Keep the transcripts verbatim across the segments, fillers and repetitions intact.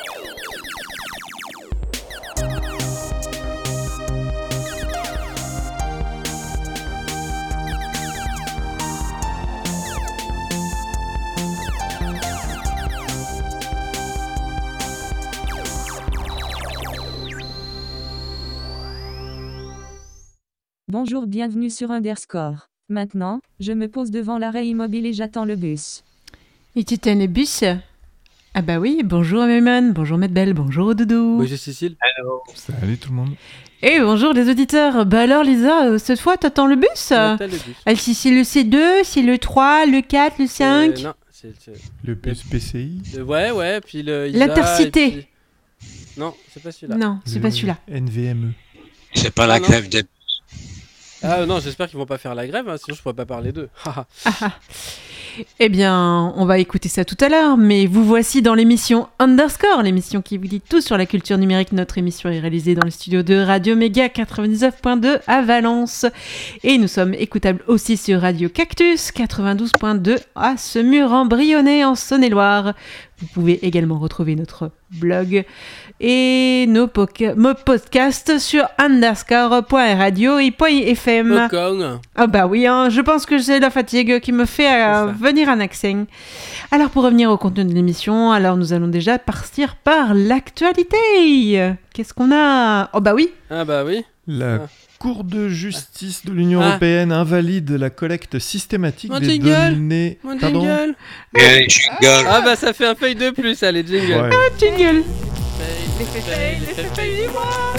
Bonjour, bienvenue sur Underscore. Maintenant, je me pose devant l'arrêt immobile et j'attends le bus. Et tu t'aimes le bus ? Ah bah oui, bonjour Mémone, bonjour Maître Belle, bonjour Doudou. Bonjour Cécile. Hello. Salut tout le monde. Et bonjour les auditeurs. Bah alors Lisa, euh, cette fois t'attends le bus ? T'attends le bus. Ah, si c'est le C deux, c'est le trois, le quatre, le cinq. Euh, non, c'est, c'est... Le bus P C I. Le, ouais, ouais, puis le I S A. L'Intercité. Puis... Non, c'est pas celui-là. Non, c'est Le pas celui-là. N V M E. C'est pas la Ah, non. grève des... Ah non, j'espère qu'ils vont pas faire la grève, hein, sinon je pourrais pas parler d'eux. Ah, ah. Eh bien, on va écouter ça tout à l'heure, mais vous voici dans l'émission Underscore, l'émission qui vous dit tout sur la culture numérique. Notre émission est réalisée dans le studio de Radio Méga quatre-vingt-dix-neuf point deux à Valence. Et nous sommes écoutables aussi sur Radio Cactus quatre-vingt-douze point deux à Semur-en-Brionnais en Saône-et-Loire. Vous pouvez également retrouver notre blog et nos, poca- nos podcasts sur underscore point radio et point f m. Hong Kong. Ah bah oui, hein, je pense que c'est la fatigue qui me fait euh, venir un accent. Alors pour revenir au contenu de l'émission, alors nous allons déjà partir par l'actualité. Qu'est-ce qu'on a ? Oh bah oui. Ah bah oui. La Ah. Cour de justice de l'Union Ah. européenne invalide la collecte systématique Mon des jingle. données... Mon Pardon jingle. Et jingle. Ah bah ça fait un feuille de plus, allez, jingle. Ouais. Jingle. Les feuilles, les feuilles du mois.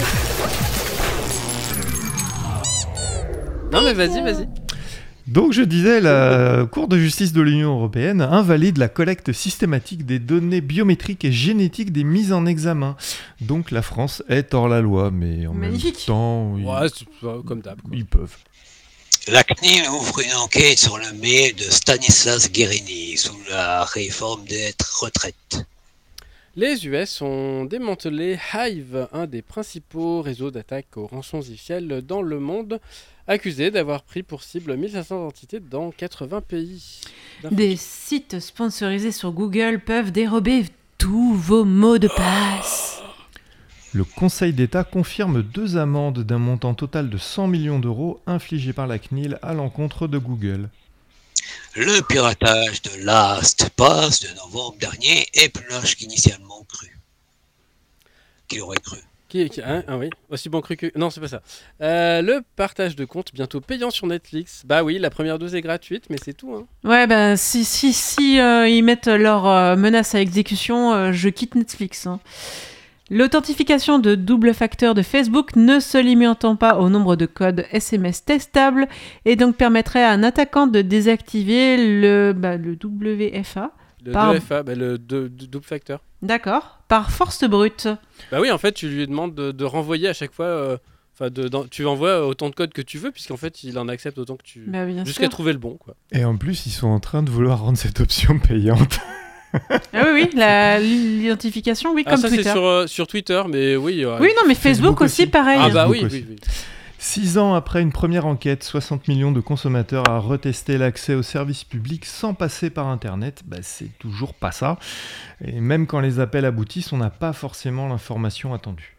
Non mais vas-y, vas-y. Donc je disais, la Cour de justice de l'Union européenne invalide la collecte systématique des données biométriques et génétiques des mises en examen. Donc la France est hors la loi, mais en Magnifique. même temps, ils, Ouais, c'est pas comme d'hab, quoi. ils peuvent. La C N I L ouvre une enquête sur le mail de Stanislas Guerini sous la réforme des retraites. Les U S ont démantelé Hive, un des principaux réseaux d'attaques aux rançongiciels dans le monde, accusé d'avoir pris pour cible mille cinq cents entités dans quatre-vingts pays. Des sites sponsorisés sur Google peuvent dérober tous vos mots de passe. Le Conseil d'État confirme deux amendes d'un montant total de cent millions d'euros infligées par la C N I L à l'encontre de Google. Le piratage de LastPass de novembre dernier est plus large qu'initialement cru. Qu'il aurait cru. Qui, qui, hein, ah oui, aussi bon cru que... Non, c'est pas ça. Euh, le partage de comptes bientôt payant sur Netflix. Bah oui, la première dose est gratuite, mais c'est tout. Hein. Ouais, bah si, si, si euh, ils mettent leur euh, menace à exécution, euh, je quitte Netflix. Hein. L'authentification de double facteur de Facebook ne se limitant pas au nombre de codes S M S testables et donc permettrait à un attaquant de désactiver le, bah, le W F A. Le Par- deux F A, bah, le deux- deux- double facteur. D'accord, par force brute. Bah oui, en fait, tu lui demandes de, de renvoyer à chaque fois... euh, Enfin, de, dans- tu envoies autant de codes que tu veux, puisqu'en fait, il en accepte autant que tu... Bah, bien Jusqu'à sûr. trouver le bon, quoi. Et en plus, ils sont en train de vouloir rendre cette option payante. Ah oui, oui, la- l'identification, oui, Ah, comme ça, Twitter. c'est sur, euh, sur Twitter, mais oui... euh, Oui, non, mais Facebook, Facebook aussi, aussi. pareil. Ah bah oui, Facebook oui, aussi. oui. Six ans après une première enquête, soixante millions de consommateurs a retesté l'accès aux services publics sans passer par Internet. Bah, c'est toujours pas ça. Et même quand les appels aboutissent, on n'a pas forcément l'information attendue.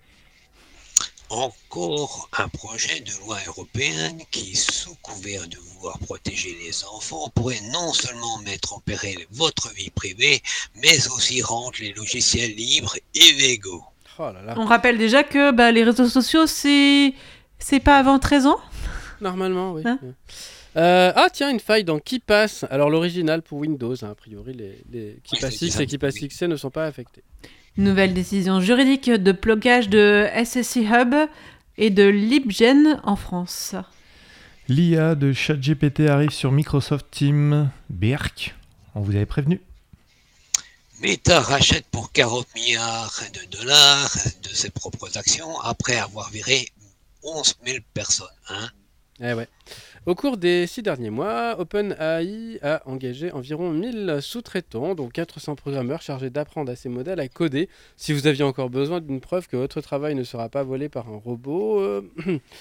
Encore un projet de loi européenne qui, sous couvert de vouloir protéger les enfants, pourrait non seulement mettre en péril votre vie privée, mais aussi rendre les logiciels libres illégaux. Oh là là. On rappelle déjà que bah, les réseaux sociaux, c'est... c'est pas avant treize ans. Normalement, oui. Hein Euh, ah tiens, une faille dans KeePass. Alors l'original pour Windows, hein, a priori, les, les KeePass Oui, c'est X ça. et KeePass X C ne sont pas affectés. Nouvelle décision juridique de blocage de S S I Hub et de LibGen en France. L'I A de ChatGPT arrive sur Microsoft Teams. Berk, on vous avait prévenu. Meta rachète pour quarante milliards de dollars de ses propres actions après avoir viré onze mille personnes. Hein. Eh ouais. Au cours des six derniers mois, OpenAI a engagé environ mille sous-traitants, dont quatre cents programmeurs chargés d'apprendre à ces modèles à coder. Si vous aviez encore besoin d'une preuve que votre travail ne sera pas volé par un robot, euh,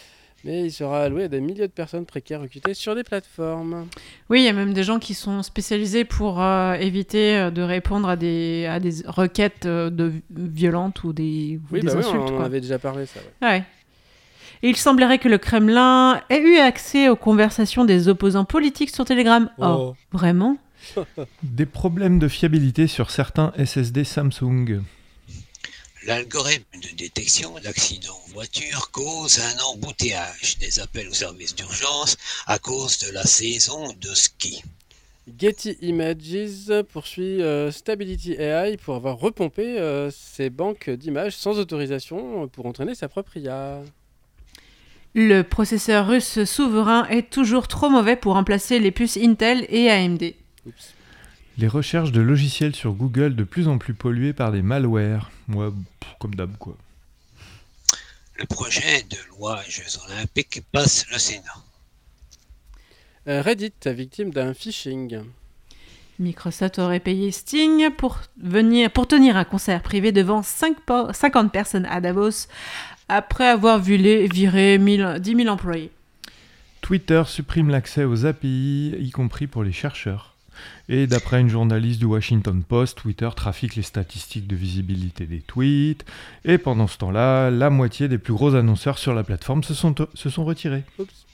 Mais il sera alloué à des milliers de personnes précaires recrutées sur des plateformes. Oui, il y a même des gens qui sont spécialisés pour euh, éviter euh, de répondre à des, à des requêtes euh, de violentes ou des, ou Oui, des bah oui, insultes. on en quoi. avait déjà parlé, ça. Ouais. Ouais. Et il semblerait que le Kremlin ait eu accès aux conversations des opposants politiques sur Telegram. Oh, Oh. vraiment ? Des problèmes de fiabilité sur certains S S D Samsung. L'algorithme de détection d'accidents en voiture cause un embouteillage des appels aux services d'urgence à cause de la saison de ski. Getty Images poursuit euh, Stability A I pour avoir repompé euh, ses banques d'images sans autorisation pour entraîner sa propre I A. Le processeur russe souverain est toujours trop mauvais pour remplacer les puces Intel et A M D. Oups. Les recherches de logiciels sur Google de plus en plus polluées par des malwares. Ouais, pff, comme d'hab quoi. Le projet de loi Jeux Olympiques passe le Sénat. Euh, Reddit, victime d'un phishing. Microsoft aurait payé Sting pour, venir, pour tenir un concert privé devant cinq po- cinquante personnes à Davos après avoir viré, viré mille, dix mille employés. Twitter supprime l'accès aux A P I, y compris pour les chercheurs. Et d'après une journaliste du Washington Post, Twitter trafique les statistiques de visibilité des tweets. Et pendant ce temps-là, la moitié des plus gros annonceurs sur la plateforme se sont, se sont retirés. Oups.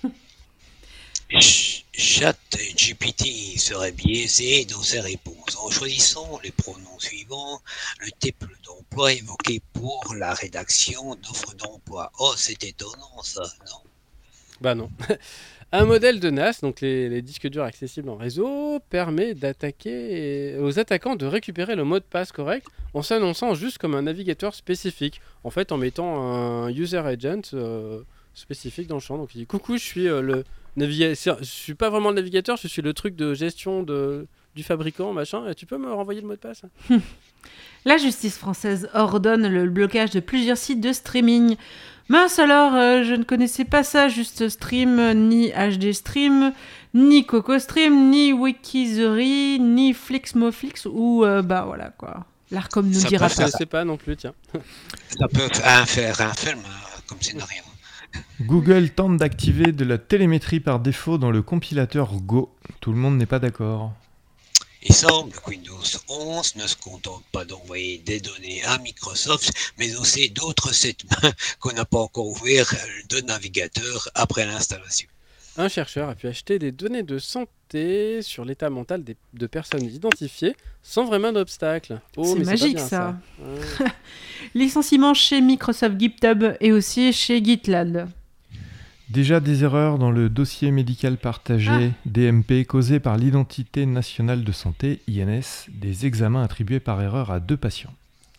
ChatGPT serait biaisé dans ses réponses en choisissant les pronoms suivants, le type d'emploi évoqué pour la rédaction d'offres d'emploi. Oh, c'est étonnant ça, non? Bah non. Un modèle de N A S, donc les, les disques durs accessibles en réseau, permet d'attaquer aux attaquants de récupérer le mot de passe correct en s'annonçant juste comme un navigateur spécifique. En fait, en mettant un user agent euh, spécifique dans le champ. Donc il dit coucou, je suis euh, le navigateur. Je suis pas vraiment le navigateur, je suis le truc de gestion de, du fabricant, machin. Et tu peux me renvoyer le mot de passe? La justice française ordonne le blocage de plusieurs sites de streaming. Mince alors, euh, je ne connaissais pas ça, juste Stream, ni H D Stream, ni Coco Stream, ni Wikizery, ni Flixmoflix, ou euh, bah voilà quoi. L'Arcom nous Ça dira peut Je pas. ne sais pas non plus, tiens. Ça peut un- faire un film euh, comme scénario. Google tente d'activer de la télémétrie par défaut dans le compilateur Go. Tout le monde n'est pas d'accord. Il semble que Windows onze ne se contente pas d'envoyer des données à Microsoft, mais aussi d'autres sites qu'on n'a pas encore ouvert de navigateur après l'installation. Un chercheur a pu acheter des données de santé sur l'état mental des, de personnes identifiées sans vraiment d'obstacle. Oh, C'est mais magique, pas bien, ça. Ouais. Licenciement chez Microsoft GitHub et aussi chez GitLab. Déjà des erreurs dans le dossier médical partagé D M P causé par l'identité nationale de santé, I N S, des examens attribués par erreur à deux patients.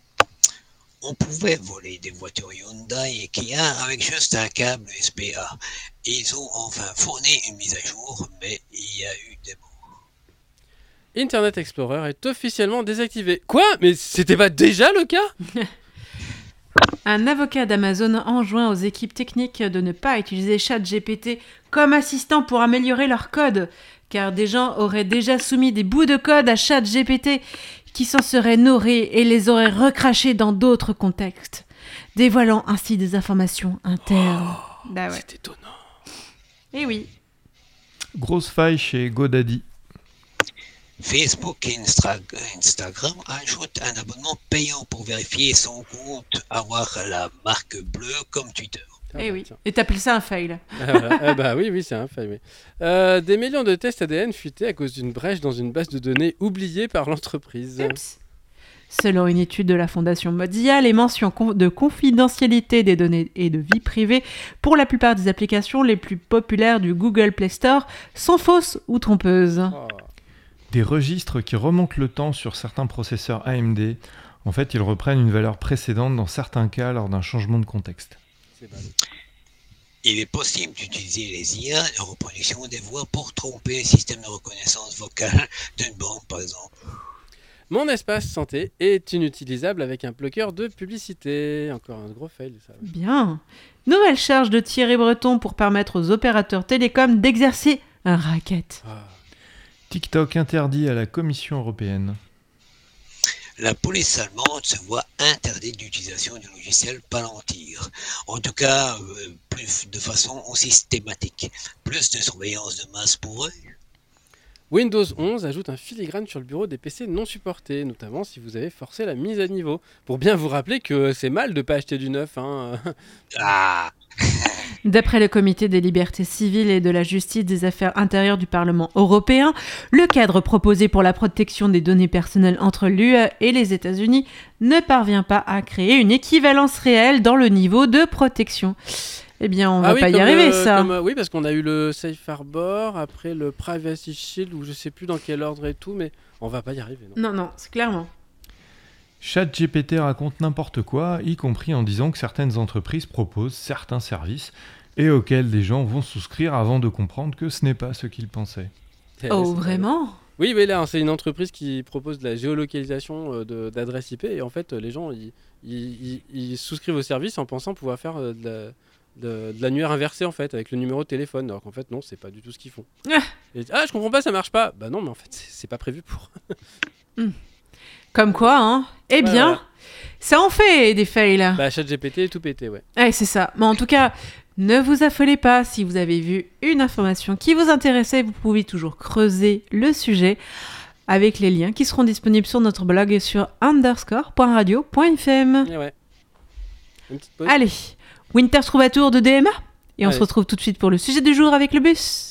On pouvait voler des voitures Hyundai et Kia avec juste un câble U S B A. Ils ont enfin fourni une mise à jour, mais il y a eu des morts. Internet Explorer est officiellement désactivé. Quoi? Mais c'était pas déjà le cas? Un avocat d'Amazon enjoint aux équipes techniques de ne pas utiliser ChatGPT comme assistant pour améliorer leur code, car des gens auraient déjà soumis des bouts de code à ChatGPT qui s'en seraient nourris et les auraient recrachés dans d'autres contextes, dévoilant ainsi des informations internes. Oh, bah ouais. c'est étonnant. Eh oui. Grosse faille chez GoDaddy. Facebook et Instra- Instagram ajoutent un abonnement payant pour vérifier son compte, avoir la marque bleue comme Twitter. Ah eh bah, oui. tiens. Et t'appelles ça un fail. Ah, voilà. Ah bah oui, oui, c'est un fait. Oui. Euh, des millions de tests A D N fuités à cause d'une brèche dans une base de données oubliée par l'entreprise. Oups. Selon une étude de la Fondation Mozilla, les mentions de confidentialité des données et de vie privée pour la plupart des applications les plus populaires du Google Play Store sont fausses ou trompeuses. Oh. Des registres qui remontent le temps sur certains processeurs A M D. En fait, ils reprennent une valeur précédente dans certains cas lors d'un changement de contexte. C'est ballot. Il est possible d'utiliser les I A de reproduction des voix pour tromper le système de reconnaissance vocale d'une banque, par exemple. Mon espace santé est inutilisable avec un bloqueur de publicité. Encore un gros fail, ça. Bien. Nouvelle charge de Thierry Breton pour permettre aux opérateurs télécoms d'exercer un racket. Ah. TikTok interdit à la Commission européenne. la police allemande se voit interdite d'utilisation du logiciel Palantir. En tout cas, euh, plus de façon systématique. Plus de surveillance de masse pour eux. Windows onze ajoute un filigrane sur le bureau des P C non supportés, notamment si vous avez forcé la mise à niveau. Pour bien vous rappeler que c'est mal de ne pas acheter du neuf. Hein. Ah. D'après le Comité des libertés civiles et de la justice des affaires intérieures du Parlement européen, le cadre proposé pour la protection des données personnelles entre l'U E et les États-Unis ne parvient pas à créer une équivalence réelle dans le niveau de protection. Eh bien, on ah va oui, pas y arriver, le, ça. Comme, oui, parce qu'on a eu le Safe Harbor, après le Privacy Shield, ou je sais plus dans quel ordre et tout, mais on va pas y arriver. Non, non, non, c'est clairement. ChatGPT raconte n'importe quoi, y compris en disant que certaines entreprises proposent certains services et auxquels des gens vont souscrire avant de comprendre que ce n'est pas ce qu'ils pensaient. Oh, vraiment ? Oui, mais là, c'est une entreprise qui propose de la géolocalisation de, d'adresses I P, et en fait, les gens, ils, ils, ils, ils souscrivent au service en pensant pouvoir faire de la... De, de l'annuaire inversé en fait avec le numéro de téléphone, alors qu'en fait non, c'est pas du tout ce qu'ils font. Ah, et, ah je comprends pas, ça marche pas. Bah non, mais en fait c'est, c'est pas prévu pour. mm. Comme quoi, hein. Eh ouais, bien, voilà. Ça en fait des fails. Bah ChatGPT est tout pété, ouais. Ouais, c'est ça. Mais en tout cas, ne vous affolez pas. Si vous avez vu une information qui vous intéressait, vous pouvez toujours creuser le sujet avec les liens qui seront disponibles sur notre blog et sur underscore point radio point f m. Et ouais. Une petite pause. Allez. Winter's Troubadour de D M A. Et on Allez. se retrouve tout de suite pour le sujet du jour avec le bus.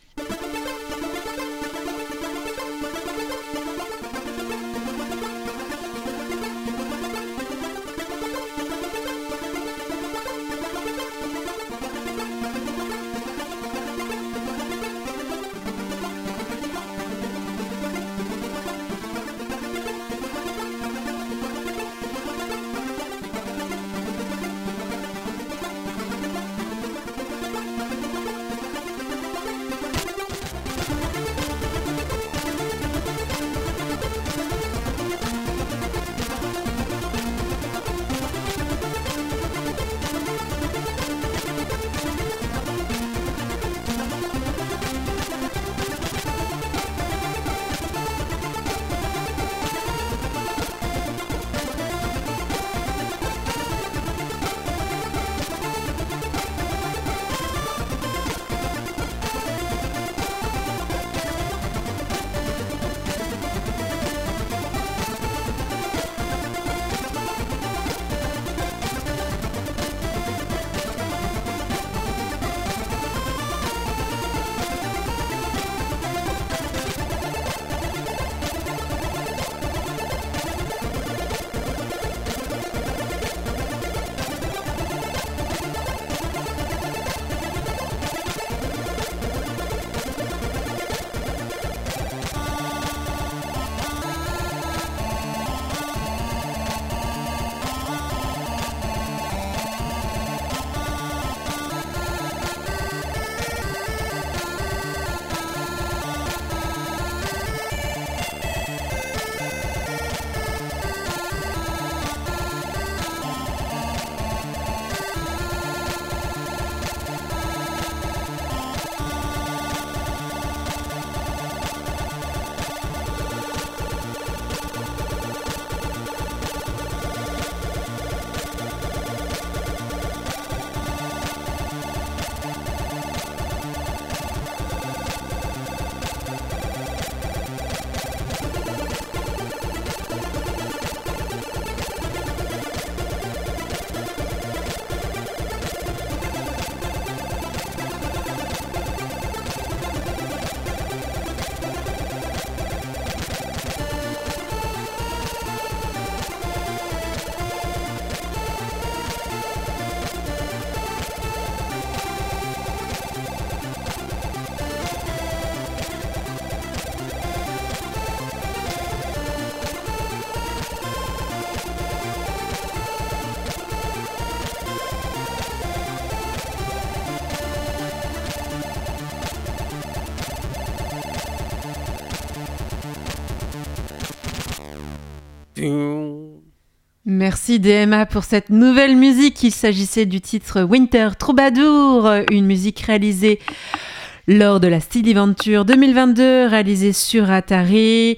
Merci D M A pour cette nouvelle musique. Il s'agissait du titre Winter Troubadour, une musique réalisée lors de la Steely Venture deux mille vingt-deux, réalisée sur Atari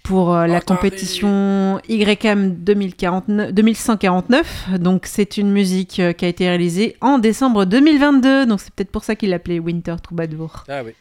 pour euh, la Oh, t'as compétition Y M deux mille quarante-neuf, deux mille cent quarante-neuf. Donc c'est une musique euh, qui a été réalisée en décembre deux mille vingt-deux. Donc c'est peut-être pour ça qu'il l'appelait Winter Troubadour. Ah oui.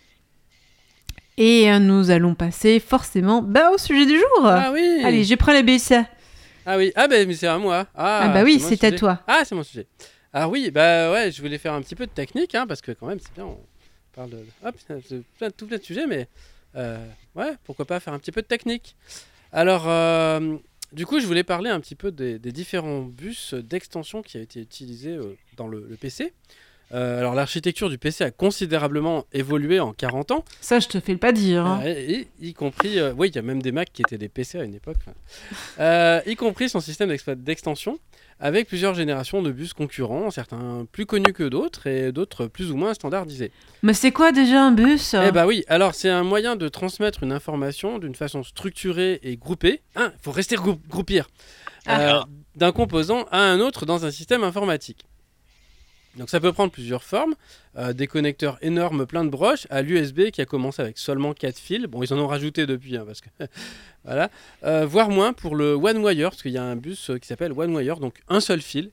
Et euh, nous allons passer forcément bah, au sujet du jour. Ah oui. Allez, je prends la B S. Ah oui. Ah bah mais c'est à moi. Ah, Ah bah oui, mon c'est à sujet. toi. Ah, c'est mon sujet. Ah oui, bah ouais, je voulais faire un petit peu de technique, hein, parce que quand même, c'est bien, on parle de, hop, de plein, tout plein de sujets, mais euh, ouais, pourquoi pas faire un petit peu de technique. Alors, euh, du coup, je voulais parler un petit peu des, des différents bus d'extension qui ont été utilisés euh, dans le, le P C. Euh, alors, l'architecture du P C a considérablement évolué en quarante ans, Ça, je te fais le pas dire. hein. euh, et, y compris, euh, oui, il y a même des Macs qui étaient des P C à une époque, enfin. Euh, y compris son système d'exploit- d'extension, avec plusieurs générations de bus concurrents, certains plus connus que d'autres et d'autres plus ou moins standardisés. Mais c'est quoi déjà un bus Eh bah oui, alors c'est un moyen de transmettre une information d'une façon structurée et groupée. Il faut rester grou- groupir. Euh, d'un composant à un autre dans un système informatique. Donc ça peut prendre plusieurs formes, euh, des connecteurs énormes pleins de broches, à l'U S B qui a commencé avec seulement quatre fils, bon ils en ont rajouté depuis, hein, parce que voilà, euh, voire moins pour le One Wire, parce qu'il y a un bus euh, qui s'appelle One Wire, donc un seul fil.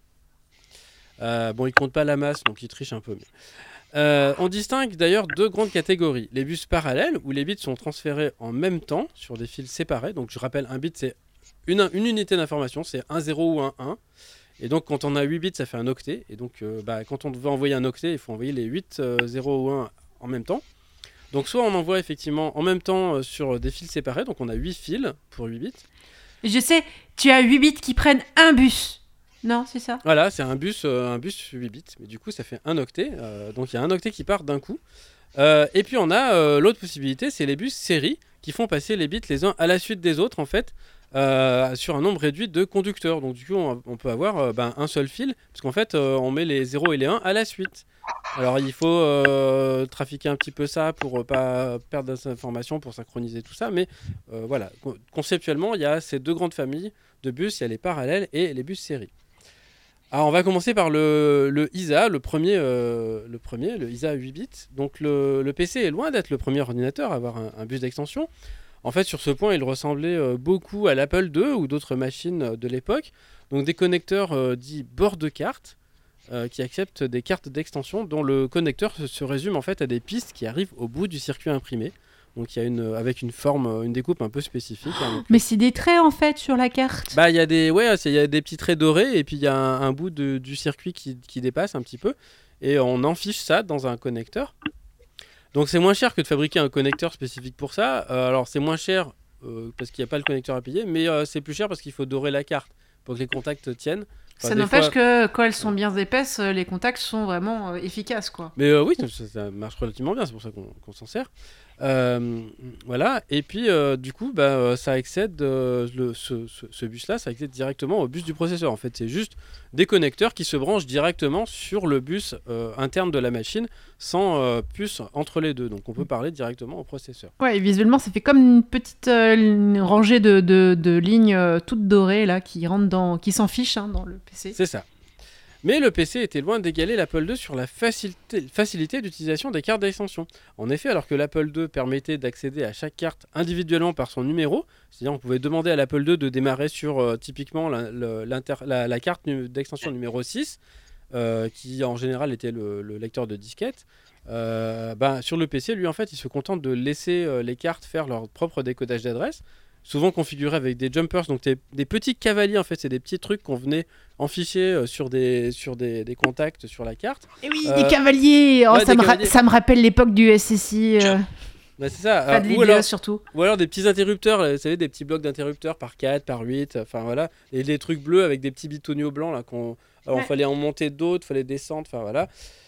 Euh, bon, il compte pas la masse, donc il triche un peu. Mais... Euh, on distingue d'ailleurs deux grandes catégories, les bus parallèles, où les bits sont transférés en même temps sur des fils séparés, donc je rappelle, un bit c'est une, une unité d'information, c'est un zéro ou un un. Et donc, quand on a huit bits, ça fait un octet. Et donc, euh, bah, quand on veut envoyer un octet, il faut envoyer les huit, euh, zéro ou un en même temps. Donc, soit on envoie effectivement en même temps euh, sur des fils séparés. Donc, on a huit fils pour huit bits. Je sais, tu as huit bits qui prennent un bus. Non, c'est ça. Voilà, c'est un bus, euh, un bus huit bits. Mais du coup, ça fait un octet. Euh, donc, il y a un octet qui part d'un coup. Euh, et puis, on a euh, l'autre possibilité, c'est les bus série qui font passer les bits les uns à la suite des autres, en fait. Euh, sur un nombre réduit de conducteurs. Donc du coup, on, on peut avoir euh, ben, un seul fil, parce qu'en fait, euh, on met les zéro et les un à la suite. Alors il faut euh, trafiquer un petit peu ça pour euh, pas perdre des informations, pour synchroniser tout ça, mais euh, voilà, Con- conceptuellement, il y a ces deux grandes familles de bus, il y a les parallèles et les bus série. Alors on va commencer par le, le I S A, le premier, euh, le premier, le I S A huit bits. Donc le, le P C est loin d'être le premier ordinateur à avoir un, un bus d'extension. En fait, sur ce point, il ressemblait euh, beaucoup à l'Apple deux ou d'autres machines euh, de l'époque. Donc des connecteurs euh, dits bord de carte euh, qui acceptent des cartes d'extension dont le connecteur se, se résume en fait à des pistes qui arrivent au bout du circuit imprimé. Donc il y a une avec une forme, euh, une découpe un peu spécifique. hein, donc, Mais c'est des traits en fait sur la carte. bah il y a des ouais, c'est- il y a des petits traits dorés et puis il y a un, un bout de- du circuit qui, qui dépasse un petit peu et on enfiche ça dans un connecteur. Donc c'est moins cher que de fabriquer un connecteur spécifique pour ça. Euh, alors c'est moins cher euh, parce qu'il n'y a pas le connecteur à payer, mais euh, c'est plus cher parce qu'il faut dorer la carte pour que les contacts tiennent. Enfin, Ça des n'empêche fois- que quand elles sont bien épaisses, euh, les contacts sont vraiment euh, efficaces, quoi. Mais euh, oui, ça, ça marche relativement bien, c'est pour ça qu'on qu'on s'en sert. Euh, voilà, et puis euh, du coup, bah, euh, ça accède, euh, le, ce, ce- ce bus-là, ça accède directement au bus du processeur. En fait, c'est juste des connecteurs qui se branchent directement sur le bus euh, interne de la machine, sans euh, puce entre les deux. Donc on peut parler directement au processeur. Ouais, et visuellement, ça fait comme une petite euh, une rangée de, de, de lignes euh, toutes dorées là qui rentrent dans, qui s'en fichent hein, dans le P C. C'est ça. Mais le P C était loin d'égaler l'Apple deux sur la facilité, facilité d'utilisation des cartes d'extension. En effet, alors que l'Apple deux permettait d'accéder à chaque carte individuellement par son numéro, c'est-à-dire on pouvait demander à l'Apple deux de démarrer sur euh, typiquement la, le- l'inter- la- la carte nu- d'extension numéro six, euh, qui en général était le, le lecteur de disquette, euh, bah, sur le P C, lui en fait, il se contente de laisser euh, les cartes faire leur propre décodage d'adresse, souvent configurés avec des jumpers, donc des, des petits cavaliers en fait, c'est des petits trucs qu'on venait enficher euh, sur, des, sur des, des contacts sur la carte. Et oui, Euh, des cavaliers. Oh, ouais, ça, des me ra- cavaliers. ça me rappelle l'époque du S S I. Euh, Bah, c'est ça. pas de euh, l'I ou, D E alors, surtout. ou alors des petits interrupteurs, là, vous savez, des petits blocs d'interrupteurs par quatre, par huit, enfin voilà. Et des trucs bleus avec des petits bitoniaux blancs là qu'on. Alors, Ouais. il fallait en monter d'autres, il fallait descendre, enfin voilà.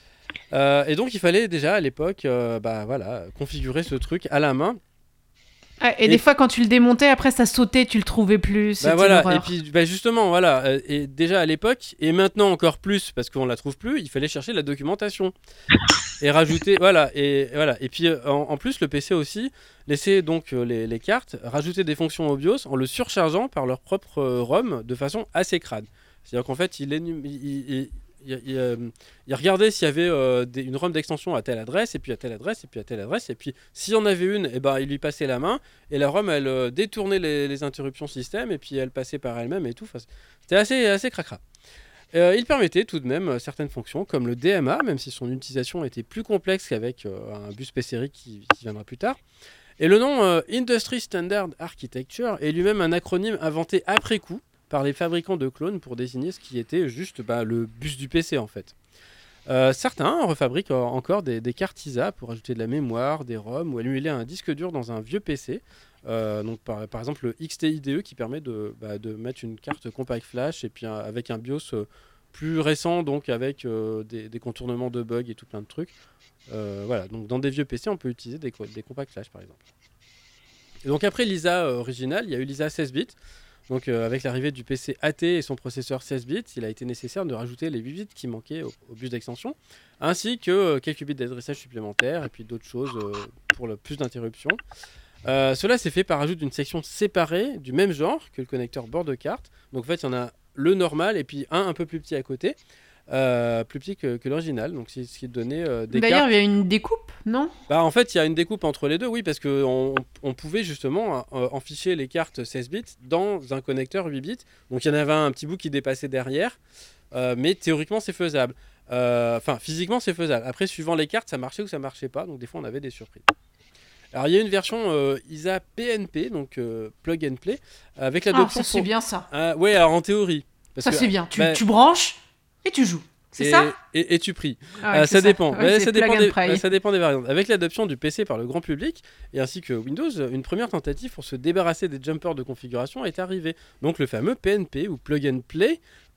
Euh, et donc il fallait déjà à l'époque euh, bah, voilà, configurer ce truc à la main. Ouais, et, Et- des fois, quand tu le démontais, après ça sautait, tu le trouvais plus. C'était Bah voilà, l'horreur. et puis bah justement, voilà, euh, et déjà à l'époque, et maintenant encore plus, parce qu'on la trouve plus, il fallait chercher la documentation. Et rajouter, voilà, et voilà. Et puis euh, en, en plus, le P C aussi laissait donc euh, les, les cartes rajouter des fonctions au BIOS en le surchargeant par leur propre euh, ROM de façon assez crade. C'est-à-dire qu'en fait, il, énum- il, il- il, il, il regardait s'il y avait euh, des, une ROM d'extension à telle adresse, et puis à telle adresse, et puis à telle adresse, et puis s'il y en avait une, et ben, il lui passait la main, et la ROM, elle euh, détournait les, les interruptions système, et puis elle passait par elle-même et tout. Enfin, c'était assez, assez cracra. Euh, il permettait tout de même euh, certaines fonctions, comme le D M A, même si son utilisation était plus complexe qu'avec euh, un bus P C I qui, qui viendra plus tard. Et le nom euh, Industry Standard Architecture est lui-même un acronyme inventé après coup par les fabricants de clones pour désigner ce qui était juste bah, le bus du P C en fait. Euh, certains refabriquent encore des, des cartes I S A pour ajouter de la mémoire, des ROM ou émuler un disque dur dans un vieux P C. Euh, donc par, par exemple le X T I D E qui permet de, bah, de mettre une carte compact flash et puis un, avec un BIOS euh, plus récent, donc avec euh, des, des contournements de bugs et tout plein de trucs. Euh, voilà, donc dans des vieux P C on peut utiliser des, des compact flash par exemple. Et donc après l'I S A euh, originale, il y a eu l'I S A seize bits. Donc euh, avec l'arrivée du P C A T et son processeur seize bits, il a été nécessaire de rajouter les huit bits qui manquaient au, au bus d'extension, ainsi que euh, quelques bits d'adressage supplémentaires et puis d'autres choses euh, pour le plus d'interruptions. Euh, cela s'est fait par ajout d'une section séparée du même genre que le connecteur bord de carte. Donc en fait il y en a le normal et puis un un peu plus petit à côté, euh, plus petit que, que l'original. Donc c'est ce qui donnait euh, des D'ailleurs, cartes. il y a une découpe, non ? Bah en fait il y a une découpe entre les deux, oui, parce qu'on on pouvait justement euh, enficher les cartes seize bits dans un connecteur huit bits. Donc il y en avait un, un petit bout qui dépassait derrière, euh, mais théoriquement c'est faisable. Enfin euh, physiquement c'est faisable. Après suivant les cartes ça marchait ou ça marchait pas, donc des fois on avait des surprises. Alors il y a une version euh, I S A P N P, donc euh, plug and play, avec l'adoption. Ah, ça c'est pour... bien ça. Euh, ouais, alors en théorie. Parce ça que, c'est bien. Tu, bah, tu branches et tu joues. C'est et, ça et, et tu pries. Ah ouais, euh, ça, ça. dépend. Ouais, ouais, c'est ça, dépend plug and des, play. ouais, ça dépend des variantes. Avec l'adoption du P C par le grand public, et ainsi que Windows, une première tentative pour se débarrasser des jumpers de configuration est arrivée. Donc le fameux P N P ou plug and play,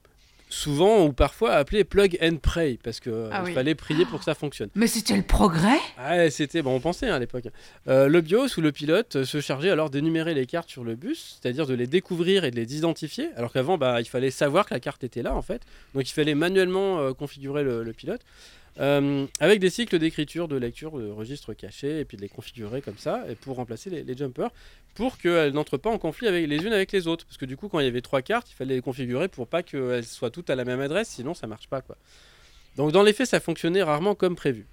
souvent ou parfois appelé plug and pray, parce qu'il euh, Ah oui. fallait prier pour que ça fonctionne. Mais c'était le progrès. Ouais, c'était, bon, on pensait hein, à l'époque. Euh, le BIOS ou le pilote euh, se chargeait alors d'énumérer les cartes sur le bus, c'est-à-dire de les découvrir et de les identifier, alors qu'avant, bah, il fallait savoir que la carte était là, en fait. Donc il fallait manuellement euh, configurer le, le pilote, euh, avec des cycles d'écriture, de lecture, de registres cachés, et puis de les configurer comme ça, et pour remplacer les, les jumpers, pour qu'elles n'entrent pas en conflit avec, les unes avec les autres. Parce que du coup, quand il y avait trois cartes, il fallait les configurer pour pas qu'elles soient toutes à la même adresse, sinon ça marche pas, quoi. Donc dans les faits, ça fonctionnait rarement comme prévu.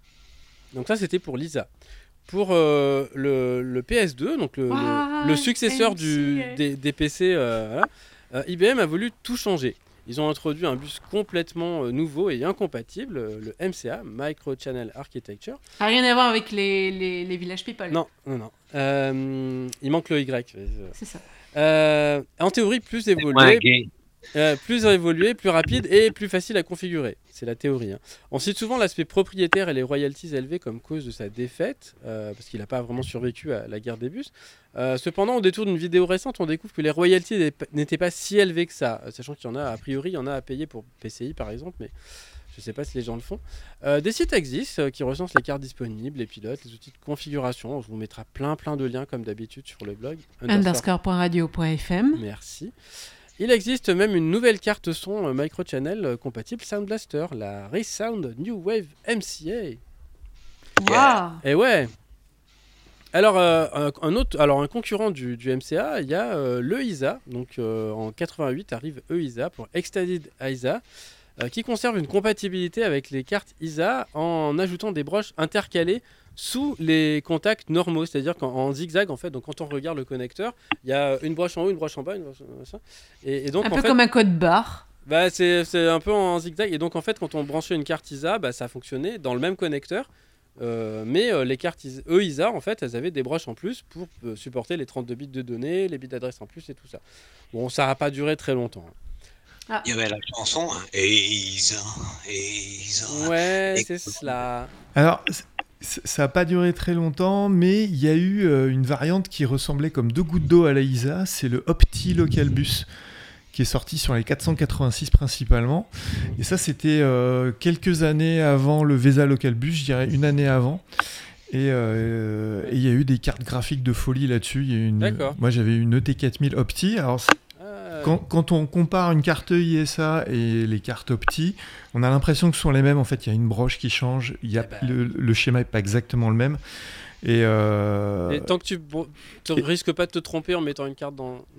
Donc ça, c'était pour l'I S A. Pour euh, le, le P S deux, donc le, Wow, le, le successeur du, des, des P C, euh, voilà, euh, I B M a voulu tout changer. Ils ont introduit un bus complètement euh, nouveau et incompatible, euh, le M C A, Micro Channel Architecture. Ça n'a rien à voir avec les, les, les Village People. Non, non, non. Euh, il manque le Y. C'est ça. Euh, en théorie, plus Ouais, évolué. gay. Euh, plus évolué, plus rapide et plus facile à configurer. C'est la théorie. Hein. On cite souvent l'aspect propriétaire et les royalties élevées comme cause de sa défaite, euh, parce qu'il n'a pas vraiment survécu à la guerre des bus. Euh, cependant, au détour d'une vidéo récente, on découvre que les royalties n'étaient pas si élevées que ça, sachant qu'il y en a, a priori, il y en a à payer pour P C I par exemple, mais je ne sais pas si les gens le font. Euh, des sites existent euh, qui recensent les cartes disponibles, les pilotes, les outils de configuration. On vous mettra plein plein de liens comme d'habitude sur le blog. underscore point radio point f m. Merci. Il existe même une nouvelle carte son euh, microchannel euh, compatible Sound Blaster, la ReSound New Wave M C A. Waouh. Et ouais. Alors, euh, un, un autre, alors un concurrent du, du M C A, il y a euh, le I S A. Donc euh, en quatre-vingt-huit arrive E I S A pour Extended I S A, euh, qui conserve une compatibilité avec les cartes I S A en ajoutant des broches intercalées sous les contacts normaux, c'est-à-dire qu'en en zigzag en fait. Donc quand on regarde le connecteur, il y a une broche en haut, une broche en bas, une broche en ça. Et, et donc Un en peu fait, comme un code barre. bah c'est c'est un peu en zigzag. Et donc en fait, quand on branchait une carte I S A, bah ça fonctionnait dans le même connecteur. Euh, mais euh, les cartes E I S A en fait, elles avaient des broches en plus pour euh, supporter les trente-deux bits de données, les bits d'adresse en plus et tout ça. Bon, ça n'a pas duré très longtemps. Il y avait la chanson, hein, et ils ont, et ils ont. Ouais, Et- c'est cela. Alors, c- c- ça n'a pas duré très longtemps, mais il y a eu euh, une variante qui ressemblait comme deux gouttes d'eau à la I S A, c'est le Opti Local Bus, qui est sorti sur les quatre cent quatre-vingt-six principalement. Et ça, c'était euh, quelques années avant le VESA Local Bus, je dirais une année avant. Et euh, et il y a eu des cartes graphiques de folie là-dessus. Il y a eu une... D'accord. Moi, j'avais une E T quatre mille Opti. Alors, c'est- Ah, quand, quand on compare une carte I S A et les cartes Opti, on a l'impression que ce sont les mêmes. En fait, il y a une broche qui change. Il y a, Eh ben. le, le schéma n'est pas exactement le même. Et, euh, Et tant que tu ne et- risques pas de te tromper en mettant une carte dans. Non.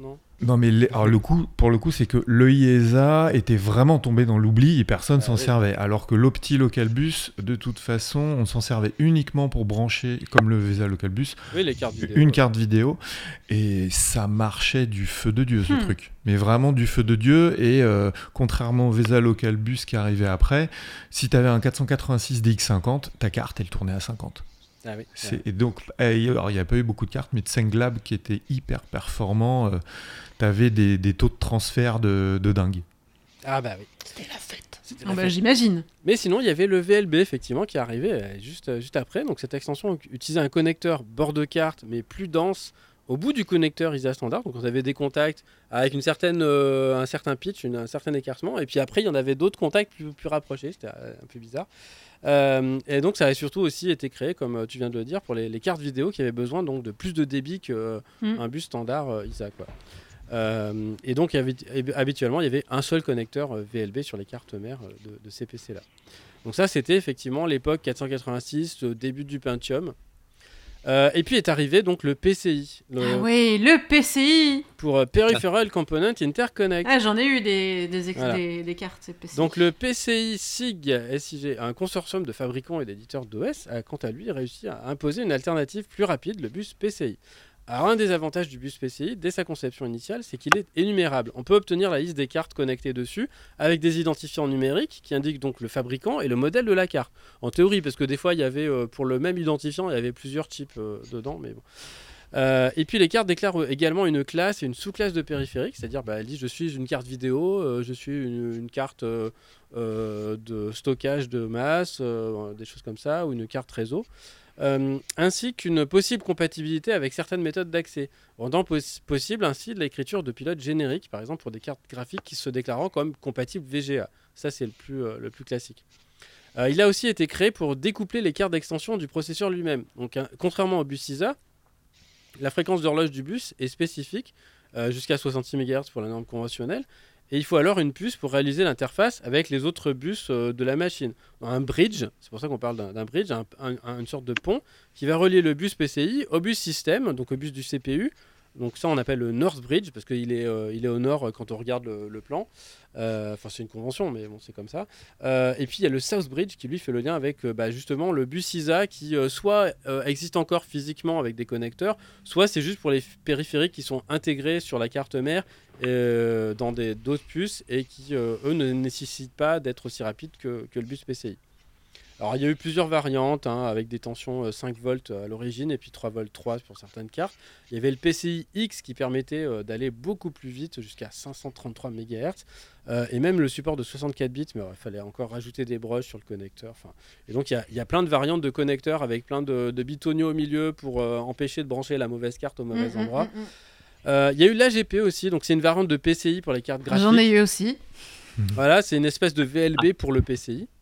Non, mais les- alors, le coup, pour le coup, c'est que l'E I E S A était vraiment tombé dans l'oubli et personne Ah s'en oui. servait. Alors que l'Opti Local Bus, de toute façon, on s'en servait uniquement pour brancher, comme le Vesa Local Bus, Oui, les cartes vidéo. une ouais. carte vidéo. Et ça marchait du feu de Dieu, ce Hmm. truc. Mais vraiment du feu de Dieu. Et euh, contrairement au Vesa Local Bus qui arrivait après, si tu avais un quatre cent quatre-vingt-six D X cinquante, ta carte, elle tournait à cinquante. Ah oui. C'est- ouais. Et donc, euh, alors, il n'y a pas eu beaucoup de cartes, mais Tsenglab qui était hyper performant, euh, t'avais des, des taux de transfert de, de dingue. Ah bah oui. C'était la fête. C'était Ah la bah, fête. j'imagine. Mais sinon, il y avait le V L B effectivement qui arrivait euh, juste, euh, juste après. Donc cette extension utilisait un connecteur bord de carte, mais plus dense. Au bout du connecteur I S A standard, donc on avait des contacts avec une certaine, euh, un certain pitch, une- un certain écartement, et puis après il y en avait d'autres contacts plus, plus rapprochés, c'était euh, un peu bizarre. Euh, et donc ça a surtout aussi été créé, comme euh, tu viens de le dire, pour les, les cartes vidéo qui avaient besoin donc de plus de débit qu'un Mm. bus standard euh, I S A, quoi. Euh, et donc il y avait, et habituellement il y avait un seul connecteur euh, V L B sur les cartes mères euh, de, de ces P C là. Donc ça c'était effectivement l'époque quatre cent quatre-vingt-six, le début du Pentium. Euh, et puis est arrivé donc le P C I, le- Ah oui, le P C I. pour euh, Peripheral Component Interconnect. Ah, j'en ai eu des, des, ex- Voilà. des, des cartes, ces P C I. Donc le P C I S I G, S I G, un consortium de fabricants et d'éditeurs d'O S, a quant à lui réussi à imposer une alternative plus rapide, le bus P C I. Alors un des avantages du bus P C I, dès sa conception initiale, c'est qu'il est énumérable. On peut obtenir la liste des cartes connectées dessus avec des identifiants numériques qui indiquent donc le fabricant et le modèle de la carte. En théorie, parce que des fois, il y avait euh, pour le même identifiant, il y avait plusieurs types euh, dedans, mais bon. Euh, et puis les cartes déclarent également une classe et une sous-classe de périphérique, c'est-à-dire bah, elle dit je suis une carte vidéo, euh, je suis une, une carte euh, euh, de stockage de masse, euh, des choses comme ça, ou une carte réseau, euh, ainsi qu'une possible compatibilité avec certaines méthodes d'accès, rendant pos- possible ainsi de l'écriture de pilotes génériques, par exemple pour des cartes graphiques qui se déclarant comme compatibles V G A. Ça c'est le plus, euh, le plus classique. Euh, il a aussi été créé pour découpler les cartes d'extension du processeur lui-même. Donc, hein, contrairement au bus I S A, la fréquence d'horloge du bus est spécifique, euh, jusqu'à soixante-six mégahertz pour la norme conventionnelle, et il faut alors une puce pour réaliser l'interface avec les autres bus euh, de la machine. Un bridge, c'est pour ça qu'on parle d'un, d'un bridge, un- un- un- une sorte de pont qui va relier le bus P C I au bus système, donc au bus du C P U. Donc ça on appelle le North Bridge parce qu'il est, euh, il est au nord euh, quand on regarde le, le plan. Euh, Enfin c'est une convention mais bon c'est comme ça. Euh, et puis il y a le South Bridge qui lui fait le lien avec euh, bah, justement le bus I S A qui euh, soit euh, existe encore physiquement avec des connecteurs, soit c'est juste pour les f- périphériques qui sont intégrés sur la carte mère euh, dans des, d'autres puces et qui euh, eux ne nécessitent pas d'être aussi rapides que, que le bus P C I. Alors il y a eu plusieurs variantes hein, avec des tensions euh, cinq volts à l'origine et puis trois volts trois pour certaines cartes. Il y avait le P C I X qui permettait euh, d'aller beaucoup plus vite jusqu'à cinq cent trente-trois mégahertz euh, et même le support de soixante-quatre bits, mais il fallait encore rajouter des brushes sur le connecteur. Enfin, et donc il y a, il y a plein de variantes de connecteurs avec plein de, de bitonio au milieu pour euh, empêcher de brancher la mauvaise carte au mauvais Mm, mm, endroit. mm, mm. Euh, Il y a eu l'A G P aussi, donc c'est une variante de P C I pour les cartes graphiques. J'en ai eu aussi. Voilà, c'est une espèce de V L B pour le P C I.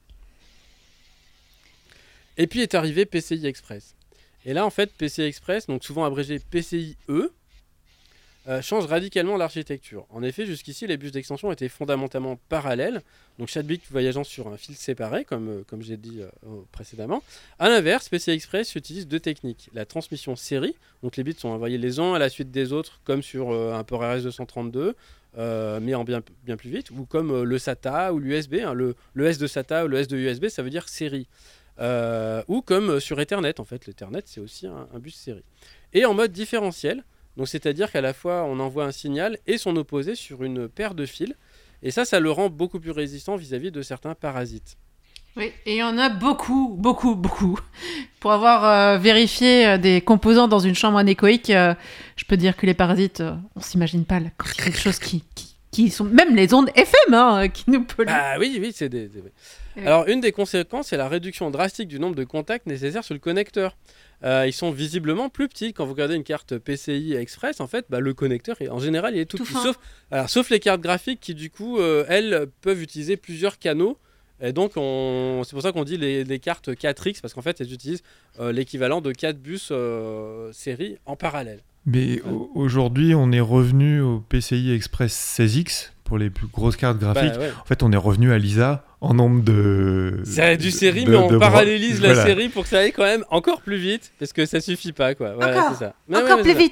Et puis est arrivé P C I Express. Et là, en fait, P C I Express, donc souvent abrégé P C I E, euh, change radicalement l'architecture. En effet, jusqu'ici, les bus d'extension étaient fondamentalement parallèles, donc chaque bit voyageant sur un fil séparé, comme, euh, comme j'ai dit euh, précédemment. A l'inverse, P C I Express utilise deux techniques. La transmission série, donc les bits sont envoyés les uns à la suite des autres, comme sur euh, un port R S deux cent trente-deux, euh, mais en bien, bien plus vite, ou comme euh, le SATA ou l'U S B. Hein, le, le S de SATA ou le S de U S B, ça veut dire série. Euh, ou comme sur Ethernet, en fait, l'Ethernet c'est aussi un, un bus série. Et en mode différentiel, donc c'est-à-dire qu'à la fois on envoie un signal et son opposé sur une paire de fils, et ça, ça le rend beaucoup plus résistant vis-à-vis de certains parasites. Oui, et il y en a beaucoup, beaucoup, beaucoup. Pour avoir euh, vérifié euh, des composants dans une chambre anéchoïque, euh, je peux dire que les parasites, euh, on s'imagine pas là, quand il y a quelque chose qui, qui, qui sont... Même les ondes F M hein, qui nous polluent. Ah oui, oui, c'est des... des- Oui. Alors, une des conséquences, c'est la réduction drastique du nombre de contacts nécessaires sur le connecteur. Euh, ils sont visiblement plus petits. Quand vous regardez une carte P C I Express, en fait, bah, le connecteur, est, en général, il est tout, Tout petit. fin. Sauf, alors, sauf les cartes graphiques qui, du coup, euh, elles, peuvent utiliser plusieurs canaux. Et donc, on... c'est pour ça qu'on dit les, les cartes quatre X, parce qu'en fait, elles utilisent euh, l'équivalent de quatre bus euh, série en parallèle. Mais au- aujourd'hui, on est revenu au P C I Express seize X pour les plus grosses cartes graphiques. Bah, ouais. En fait, on est revenu à l'I S A en nombre de. C'est du de- série, de- mais on de bras- parallélise la voilà. série pour que ça aille quand même encore plus vite, parce que ça suffit pas, quoi. Voilà, Encore, c'est ça. Mais Encore ouais, plus c'est ça. vite.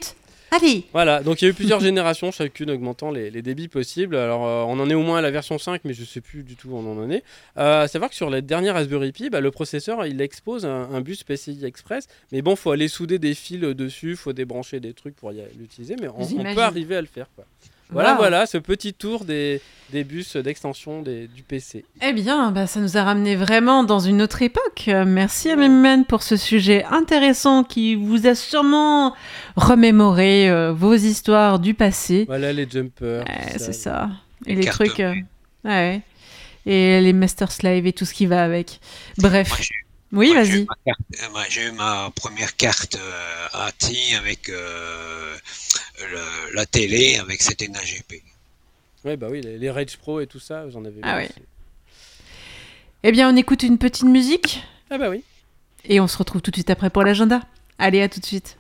Allez. Voilà, donc il y a eu plusieurs générations, chacune augmentant les, les débits possibles. Alors euh, on en est au moins à la version cinq, mais je sais plus du tout où on en est. Euh, à savoir que sur la dernière Raspberry Pi, bah, le processeur il expose un, un bus P C I Express, mais bon, faut aller souder des fils dessus, faut débrancher des trucs pour y a- l'utiliser, mais on, on peut arriver à le faire, quoi. Voilà, Wow. voilà, ce petit tour des, des bus d'extension des, du P C. Eh bien, bah, ça nous a ramené vraiment dans une autre époque. Euh, Merci à Memmen pour ce sujet intéressant qui vous a sûrement remémoré euh, vos histoires du passé. Voilà les jumpers. Ouais, tout c'est ça. ça. Et Les les cartes trucs... euh, bleues. ouais. Et les Master Slave et tout ce qui va avec. Bref. Moi, j'ai Oui, moi, j'ai eu vas-y. ma carte- euh, moi, j'ai eu ma première carte euh, A T I avec euh, le- la télé, avec c'était une A G P. Ouais, bah oui, les, les Rage Pro et tout ça, j'en avais Ah vu ouais. aussi. Eh bien, on écoute une petite musique Ah bah oui. et on se retrouve tout de suite après pour l'agenda. Allez, à tout de suite.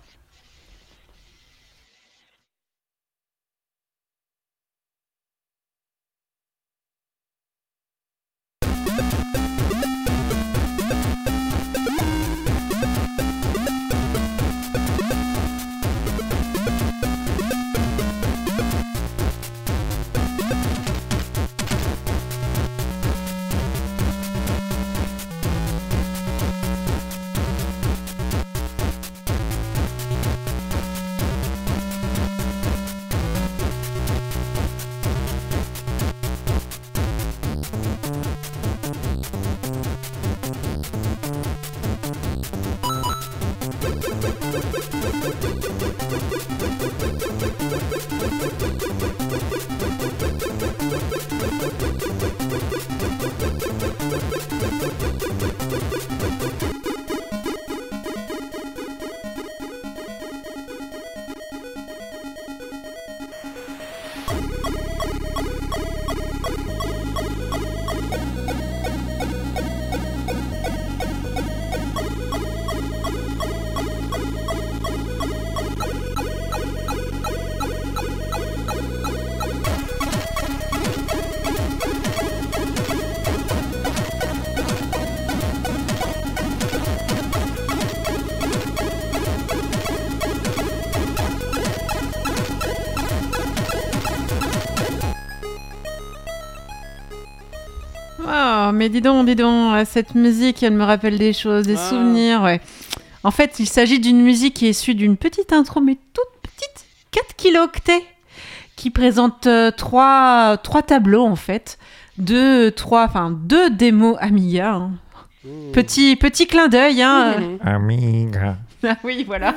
Oh, mais dis donc, dis donc, euh, cette musique, elle me rappelle des choses, des Ah. souvenirs, ouais. En fait, il s'agit d'une musique qui est issue d'une petite intro, mais toute petite, quatre kilooctets, qui présente euh, trois, trois tableaux, en fait, deux, trois, enfin, deux démos Amiga, hein. Mmh. Petit, petit clin d'œil, hein. euh. Mmh. Amiga. Ah oui, voilà.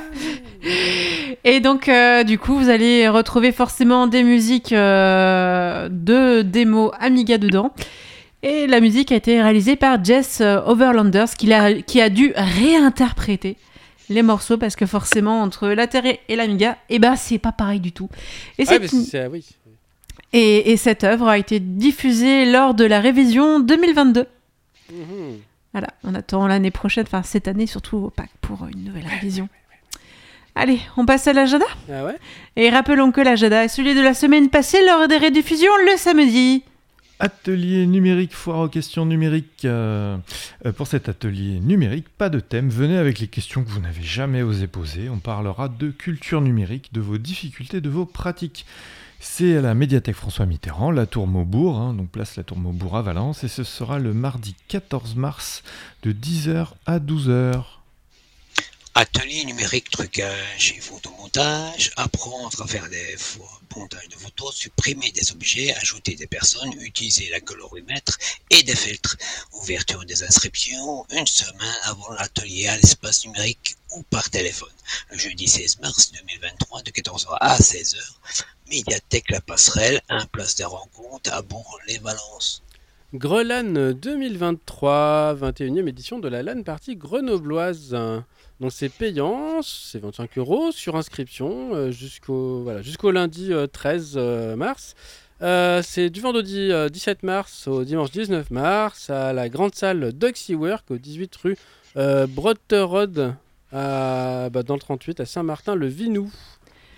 Et donc, euh, du coup, vous allez retrouver forcément des musiques euh, de démos Amiga dedans. Et la musique a été réalisée par Jess euh, Overlanders, qui a, qui a dû réinterpréter les morceaux, parce que forcément, entre l'Atari et l'Amiga, eh ben, c'est pas pareil du tout. Et, Ouais, cette, mais c'est, c'est- oui. et, et cette œuvre a été diffusée lors de la révision deux mille vingt-deux. Mmh. Voilà, on attend l'année prochaine, enfin cette année surtout au Pâques pour une nouvelle révision. Allez, on passe à l'agenda. Ah ouais. Et rappelons que l'agenda est celui de la semaine passée lors des rediffusions le samedi. Atelier numérique, foire aux questions numériques. Euh, euh, pour cet atelier numérique, pas de thème. Venez avec les questions que vous n'avez jamais osé poser. On parlera de culture numérique, de vos difficultés, de vos pratiques. C'est à la médiathèque François Mitterrand, la Tour Maubourg, hein, donc place la Tour Maubourg à Valence, et ce sera le mardi quatorze mars de dix heures à douze heures. Atelier numérique, trucage et photomontage, apprendre à faire des fo- montages de photos, supprimer des objets, ajouter des personnes, utiliser la colorimètre et des filtres. Ouverture des inscriptions une semaine avant l'atelier à l'espace numérique ou par téléphone. Le jeudi seize mars deux mille vingt-trois de quatorze heures à seize heures. Médiathèque La Passerelle, un place des rencontres à Bourg-les-Valences. Grelan deux mille vingt-trois, vingt et unième édition de la LAN Party grenobloise. Donc c'est payant, c'est vingt-cinq euros sur inscription euh, jusqu'au voilà, jusqu'au lundi euh, treize euh, mars. Euh, c'est du vendredi euh, dix-sept mars au dimanche dix-neuf mars à la grande salle Doxywork au dix-huit rue euh, Brotterode à, bah, dans le trente-huit à Saint-Martin-le-Vinou.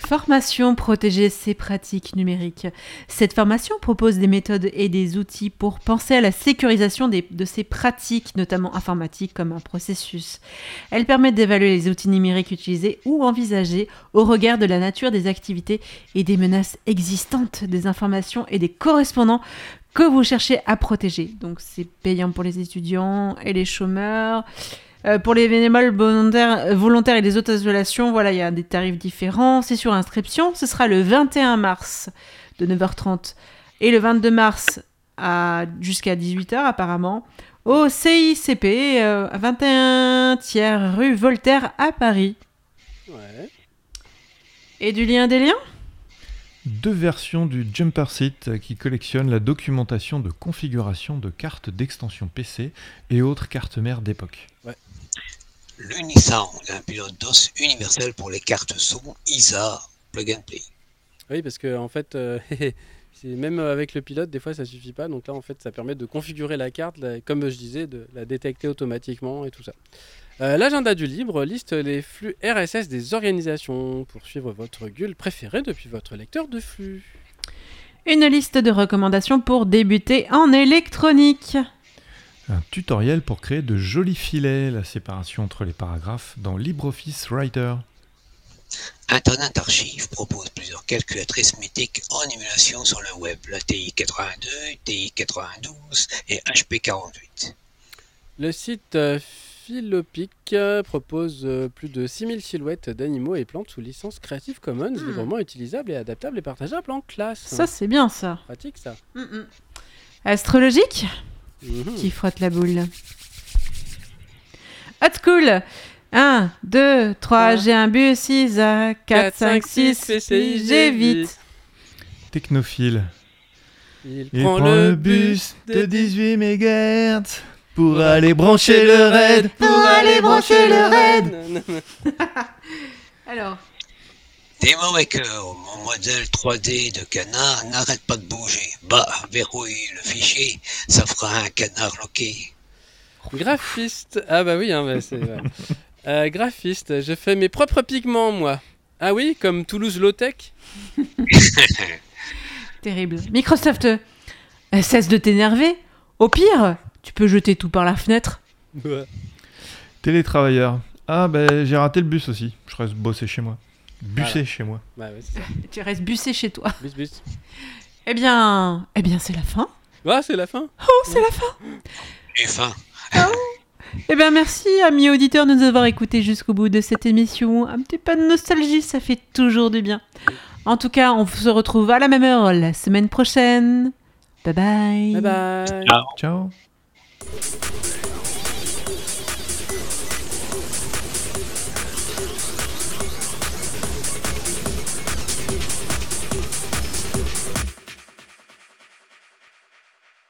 Formation protéger ses pratiques numériques. Cette formation propose des méthodes et des outils pour penser à la sécurisation des, de ces pratiques, notamment informatiques, comme un processus. Elle permet d'évaluer les outils numériques utilisés ou envisagés au regard de la nature des activités et des menaces existantes, des informations et des correspondants que vous cherchez à protéger. Donc c'est payant pour les étudiants et les chômeurs. Euh, pour les bénévoles volontaires, volontaires et les auto-isolations, voilà, il y a des tarifs différents. C'est sur inscription. Ce sera le vingt et un mars de neuf heures trente et le vingt-deux mars à, jusqu'à dix-huit heures apparemment au C I C P, euh, à vingt et un tiers rue Voltaire à Paris. Ouais. Et du lien des liens ? Deux versions du Jumper Site qui collectionne la documentation de configuration de cartes d'extension P C et autres cartes mères d'époque. Ouais. L'Unisound, un pilote D O S universel pour les cartes son, I S A, plug and play. Oui, parce que en fait, euh, c'est même avec le pilote, des fois ça suffit pas. Donc là, en fait, ça permet de configurer la carte, la, comme je disais, de la détecter automatiquement et tout ça. Euh, L'agenda du libre liste les flux R S S des organisations pour suivre votre G U L préféré depuis votre lecteur de flux. Une liste de recommandations pour débuter en électronique. Un tutoriel pour créer de jolis filets, la séparation entre les paragraphes dans LibreOffice Writer. Internet Archive propose plusieurs calculatrices mythiques en émulation sur le web, la T I quatre-vingt-deux, T I quatre-vingt-douze et H P quarante-huit. Le site euh, Philopic euh, propose euh, plus de six mille silhouettes d'animaux et plantes sous licence Creative Commons, Hmm. librement utilisables et adaptables et partageables en classe. Ça, c'est bien ça. Pratique ça. Mm-mm. Astrologique ? Mhm. Qui frotte la boule. Hot School. un, deux, trois, Ah. j'ai un bus, six A, quatre, cinq, six, P C I, j'ai vite. Technophile. Il, Il prend le bus de dix-huit mégahertz pour aller brancher le raid. Pour aller brancher le raid. Alors, DemoMaker, mon modèle trois D de canard n'arrête pas de bouger. Bah, verrouille le fichier, ça fera un canard loqué. Graphiste. Ah bah oui, hein, bah c'est vrai. Euh, graphiste, je fais mes propres pigments, moi. Ah oui, comme Toulouse Low Tech. terrible. Microsoft, euh, cesse de t'énerver. Au pire, tu peux jeter tout par la fenêtre. Ouais. Télétravailleur. Ah ben j'ai raté le bus aussi. Je reste bosser chez moi. Busser Voilà. chez moi. Bah ouais, c'est ça. Tu restes bussé chez toi. Bus, bus. Eh bien, eh bien, c'est la fin. Ah, c'est la fin. Oh, c'est la fin. J'ai faim. Eh bien, merci, amis auditeurs, de nous avoir écoutés jusqu'au bout de cette émission. Un petit peu de nostalgie, ça fait toujours du bien. En tout cas, on se retrouve à la même heure la semaine prochaine. Bye bye. Bye bye. Ciao. Ciao.